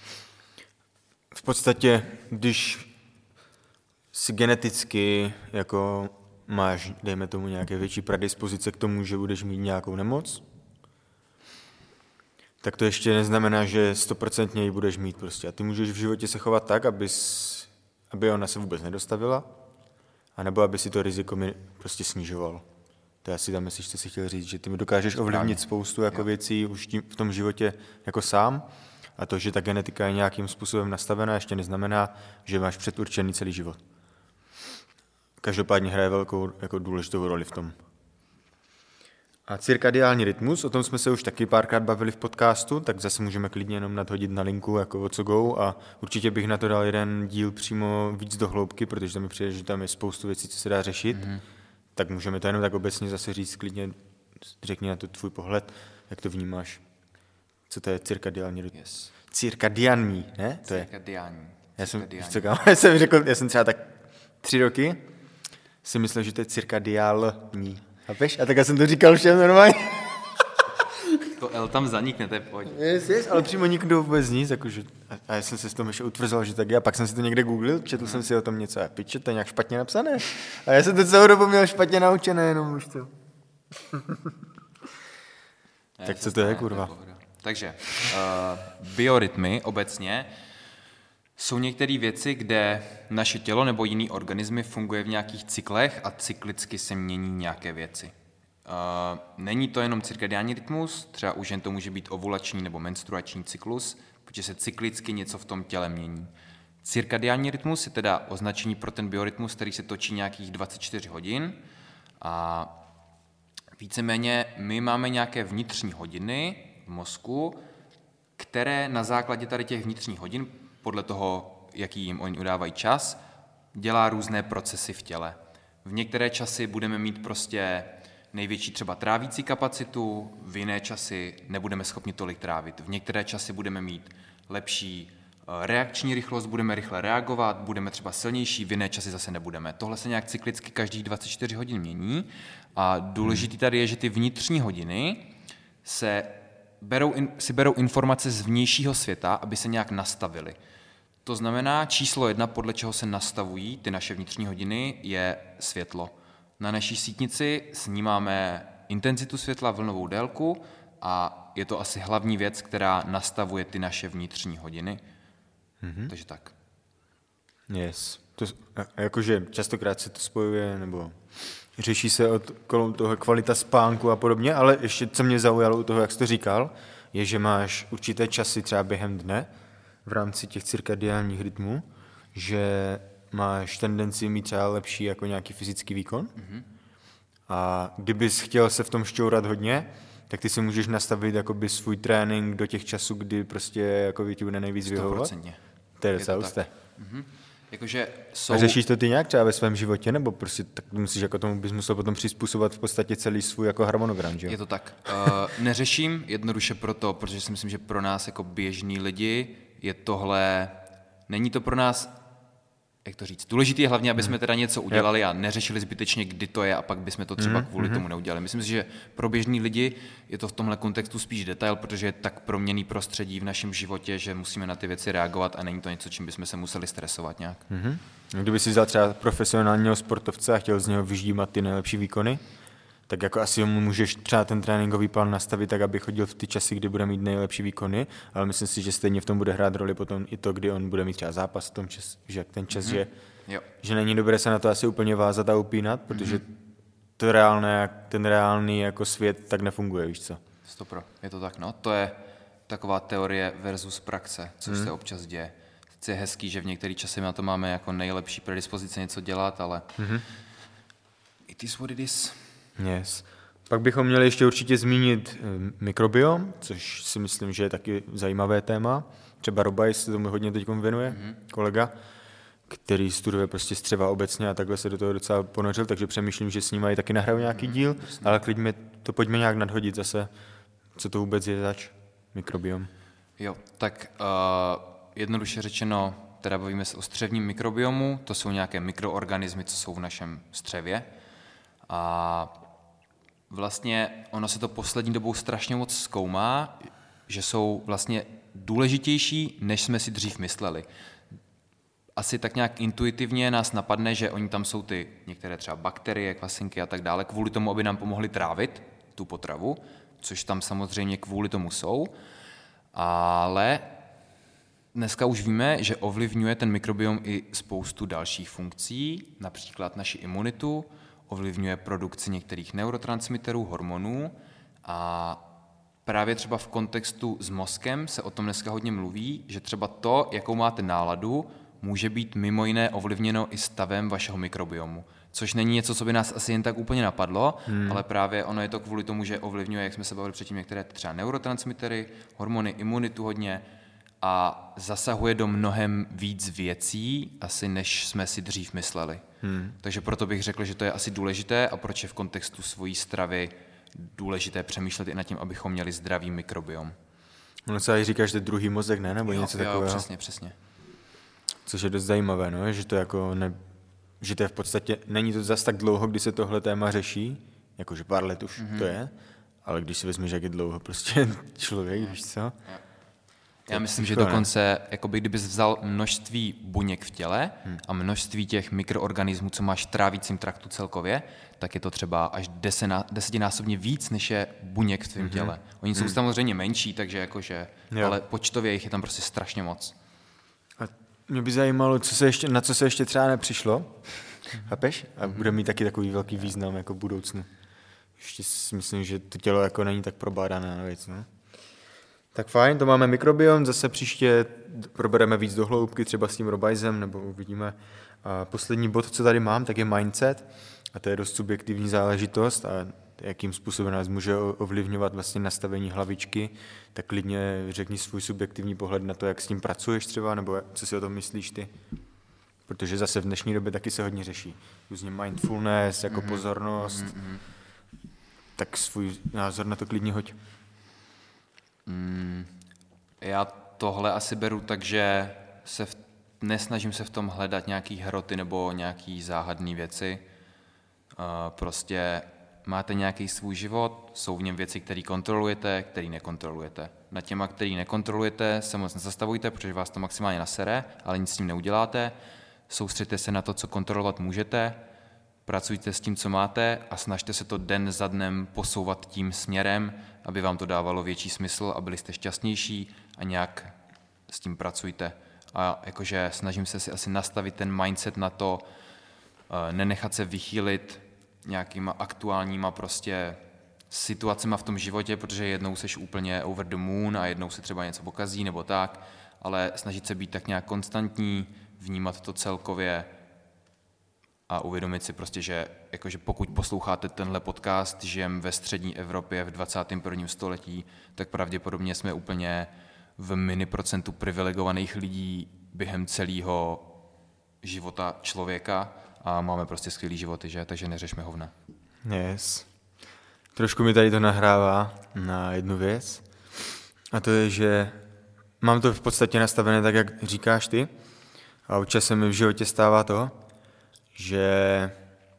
V podstatě, když si geneticky jako máš, dejme tomu, nějaké větší predispozice k tomu, že budeš mít nějakou nemoc, tak to ještě neznamená, že 100% ji budeš mít prostě. A ty můžeš v životě se chovat tak, aby ona se vůbec nedostavila, anebo aby si to riziko prostě snižoval. To já si tam myslíš, co jsi chtěl říct, že ty mi dokážeš ovlivnit spoustu jako věcí už v tom životě jako sám, a to, že ta genetika je nějakým způsobem nastavená, ještě neznamená, že máš předurčený celý život. Každopádně hraje velkou jako důležitou roli v tom. A cirkadiální rytmus, o tom jsme se už taky párkrát bavili v podcastu, tak zase můžeme klidně jenom nadhodit na linku jako o co go, a určitě bych na to dal jeden díl přímo víc do hloubky, protože tam mi přijde, že tam je spoustu věcí, co se dá řešit. Tak můžeme to jenom tak obecně zase říct, klidně řekni na to tvůj pohled, jak to vnímáš. Co to je cirkadiální rytmus? Yes. Cirkadiální, ne? To je. Cirkadiální. Já jsem třeba tak 3 roky si myslel, že to je cirkadiální. Chápeš? A tak já jsem to říkal všem normálně. To L tam zanikne, to je pojď. Yes, ale přímo nikdo vůbec nic, jakože, a já jsem se s tom ještě utvrzoval, že tak je, a pak jsem si to někde googlil, četl jsem si o tom něco, a piče, to je nějak špatně napsané. A já jsem to celou dobu měl špatně naučené, jenom už to. Tak co to je, kurva? Takže biorytmy obecně jsou některé věci, kde naše tělo nebo jiný organismy funguje v nějakých cyklech a cyklicky se mění nějaké věci. Není to jenom cirkadiální rytmus, třeba u žen to může být ovulační nebo menstruační cyklus, protože se cyklicky něco v tom těle mění. Cirkadiální rytmus je teda označení pro ten biorytmus, který se točí nějakých 24 hodin, a víceméně my máme nějaké vnitřní hodiny v mozku, které na základě tady těch vnitřních hodin, podle toho, jaký jim oni udávají čas, dělá různé procesy v těle. V některé časy budeme mít prostě největší třeba trávící kapacitu, v jiné časy nebudeme schopni tolik trávit. V některé časy budeme mít lepší reakční rychlost, budeme rychle reagovat, budeme třeba silnější, v jiné časy zase nebudeme. Tohle se nějak cyklicky každých 24 hodin mění, a důležitý tady je, že ty vnitřní hodiny si berou informace z vnějšího světa, aby se nějak nastavily. To znamená, číslo 1, podle čeho se nastavují ty naše vnitřní hodiny, je světlo. Na naší sítnici snímáme intenzitu světla, vlnovou délku, a je to asi hlavní věc, která nastavuje ty naše vnitřní hodiny. Takže tak. Yes. Jakože častokrát se to spojuje, nebo řeší se kolem toho kvalita spánku a podobně, ale ještě co mě zaujalo u toho, jak jsi to říkal, je, že máš určité časy třeba během dne v rámci těch cirkadiálních rytmů, že máš tendenci mít třeba lepší jako nějaký fyzický výkon. A kdybys chtěl se v tom šťourat hodně, tak ty si můžeš nastavit jakoby svůj trénink do těch časů, kdy prostě jako ti bude nejvíc vyhovovat. 100%. To je docela husté. Jakože A řešíš to ty nějak třeba ve svém životě, nebo prostě tak musíš jako tomu bys musel potom přizpůsobovat v podstatě celý svůj jako harmonogram, že jo? Je to tak. Neřeším jednoduše proto, protože si myslím, že pro nás jako běžní lidi je tohle, není to pro nás, jak to říct, důležité je hlavně, aby jsme teda něco udělali a neřešili zbytečně, kdy to je, a pak bychom to třeba kvůli tomu neudělali. Myslím si, že pro běžní lidi je to v tomhle kontextu spíš detail, protože je tak proměnný prostředí v našem životě, že musíme na ty věci reagovat a není to něco, čím bychom se museli stresovat nějak. Kdyby si vzal třeba profesionálního sportovce a chtěl z něho vyždímat ty nejlepší výkony, tak jako asi mu můžeš třeba ten tréninkový plán nastavit tak, aby chodil v ty časy, kdy bude mít nejlepší výkony, ale myslím si, že stejně v tom bude hrát roli potom i to, kdy on bude mít třeba zápas v tom čas, že ten čas, že není dobré se na to asi úplně vázat a upínat, protože ten reálný jako svět tak nefunguje, víš co? 100%. Je to tak, no. To je taková teorie versus praxe, což se občas děje. Je hezký, že v některých časech na to máme jako nejlepší predispozice něco dělat, ale it is what it is. Yes. Pak bychom měli ještě určitě zmínit mikrobiom, což si myslím, že je taky zajímavé téma. Třeba Robajs se tomu hodně teď věnuje, kolega, který studuje prostě střeva obecně a takhle se do toho docela ponořil, takže přemýšlím, že s ním mají taky nahraju nějaký díl, ale klidně to pojďme nějak nadhodit zase, co to vůbec je zač, mikrobiom. Jo, tak jednoduše řečeno, teda bavíme se o střevním mikrobiomu, to jsou nějaké mikroorganismy, co jsou v našem střevě. A vlastně ono se to poslední dobou strašně moc zkoumá, že jsou vlastně důležitější, než jsme si dřív mysleli. Asi tak nějak intuitivně nás napadne, že oni tam jsou ty některé třeba bakterie, kvasinky a tak dále, kvůli tomu, aby nám pomohli trávit tu potravu, což tam samozřejmě kvůli tomu jsou, ale dneska už víme, že ovlivňuje ten mikrobiom i spoustu dalších funkcí, například naši imunitu, ovlivňuje produkci některých neurotransmiterů, hormonů a právě třeba v kontextu s mozkem se o tom dneska hodně mluví, že třeba to, jakou máte náladu, může být mimo jiné ovlivněno i stavem vašeho mikrobiomu. Což není něco, co by nás asi jen tak úplně napadlo, ale právě ono je to kvůli tomu, že ovlivňuje, jak jsme se bavili předtím, některé třeba neurotransmitery, hormony, imunitu hodně a zasahuje do mnohem víc věcí, asi než jsme si dřív mysleli. Takže proto bych řekl, že to je asi důležité a proč je v kontextu svojí stravy důležité přemýšlet i nad tím, abychom měli zdravý mikrobiom. Ono se aj říká, že to je druhý mozek, ne? Nebo něco takového. Přesně. Což je dost zajímavé, no? Že to jako že to je v podstatě, není to zas tak dlouho, kdy se tohle téma řeší, jakože pár let už to je, ale když si vezmeš, jak je dlouho prostě člověk, víš co? Já myslím, že dokonce, jakoby kdybys vzal množství buněk v těle a množství těch mikroorganismů, co máš v trávicím traktu celkově, tak je to třeba až 10násobně víc, než je buněk v tvém těle. Oni jsou samozřejmě menší, takže jakože, ale počtově jich je tam prostě strašně moc. A mě by zajímalo, na co se ještě třeba nepřišlo, chápeš? A bude mít taky takový velký význam jako v budoucnu. Ještě si myslím, že to tělo jako není tak probádané na věc, no? Tak fajn, to máme mikrobiom, zase příště probereme víc do hloubky, třeba s tím Robajsem, nebo uvidíme. A poslední bod, co tady mám, tak je mindset, a to je dost subjektivní záležitost a jakým způsobem nás může ovlivňovat vlastně nastavení hlavičky, tak klidně řekni svůj subjektivní pohled na to, jak s tím pracuješ třeba, nebo co si o tom myslíš ty. Protože zase v dnešní době taky se hodně řeší. Různě mindfulness, jako pozornost, tak svůj názor na to klidně hoď. Já tohle asi beru tak, že nesnažím se v tom hledat nějaký hroty nebo nějaký záhadné věci. Prostě máte nějaký svůj život, jsou v něm věci, které kontrolujete, které nekontrolujete. Na těma, který nekontrolujete, se moc nezastavujte, protože vás to maximálně nasere, ale nic s tím neuděláte. Soustřeďte se na to, co kontrolovat můžete, pracujte s tím, co máte a snažte se to den za dnem posouvat tím směrem, aby vám to dávalo větší smysl a byli jste šťastnější a nějak s tím pracujte. A jakože snažím se si asi nastavit ten mindset na to, nenechat se vychýlit nějakýma aktuálníma prostě situacema v tom životě, protože jednou seš úplně over the moon a jednou se třeba něco pokazí nebo tak, ale snažit se být tak nějak konstantní, vnímat to celkově a uvědomit si prostě, že jakože pokud posloucháte tenhle podcast, žijem ve střední Evropě v 21. století, tak pravděpodobně jsme úplně v miniprocentu privilegovaných lidí během celého života člověka a máme prostě skvělý životy, že? Takže neřešme hovna. Yes. Trošku mi tady to nahrává na jednu věc a to je, že mám to v podstatě nastavené tak, jak říkáš ty a občas se mi v životě stává to, že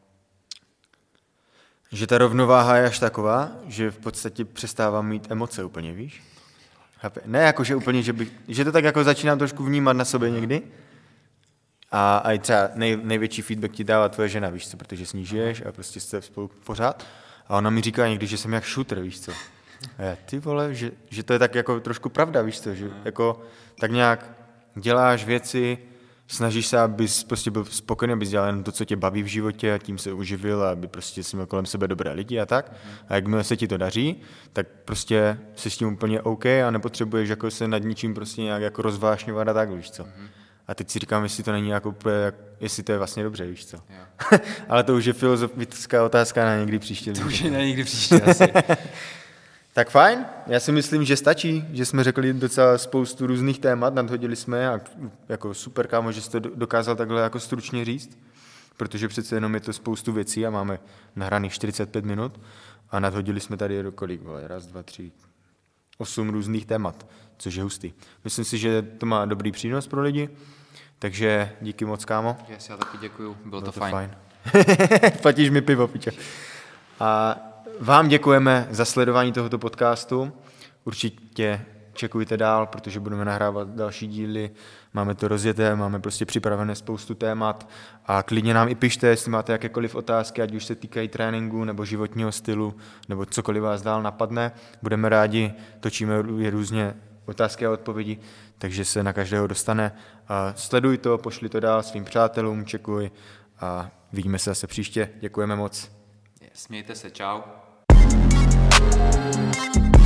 ta rovnováha je až taková, že v podstatě přestávám mít emoce úplně, víš? Ne jako, že úplně, že to tak jako začínám trošku vnímat na sobě někdy a i třeba největší feedback ti dává tvoje žena, víš co, protože snížíš a prostě jste spolu pořád a ona mi říká někdy, že jsem jak šutr, víš co. A já, ty vole, že to je tak jako trošku pravda, víš co, že jako tak nějak děláš věci, snažíš se, abys prostě byl spokojený, abys dělal jen to, co tě baví v životě a tím se uživil a aby prostě jsi měl kolem sebe dobré lidi a tak. A jakmile se ti to daří, tak prostě jsi s tím úplně OK a nepotřebuješ jako se nad ničím prostě nějak jako rozvášňovat a tak, víš co. A teď si říkám, jestli to není jako jestli to je vlastně dobře, víš co. Ale to už je filozofická otázka na někdy příště. To už je na někdy příště asi. Tak fajn, já si myslím, že stačí, že jsme řekli docela spoustu různých témat, nadhodili jsme a jako super kámo, že jsi to dokázal takhle jako stručně říct, protože přece jenom je to spoustu věcí a máme nahraných 45 minut a nadhodili jsme tady kolik, 1, 2, 3, 8 různých témat, což je hustý. Myslím si, že to má dobrý přínos pro lidi, takže díky moc, kámo. Já taky děkuju, bylo to fajn. Platíš mi pivo, pičo. A vám děkujeme za sledování tohoto podcastu. Určitě čekujte dál, protože budeme nahrávat další díly. Máme to rozjeté, máme prostě připravené spoustu témat a klidně nám i pište, jestli máte jakékoliv otázky, ať už se týkají tréninku nebo životního stylu, nebo cokoliv vás dál napadne. Budeme rádi, točíme různě otázky a odpovědi, takže se na každého dostane. A sleduj to, pošli to dál svým přátelům, čekuj a vidíme se zase příště. Děkujeme moc. Smějte se, čau.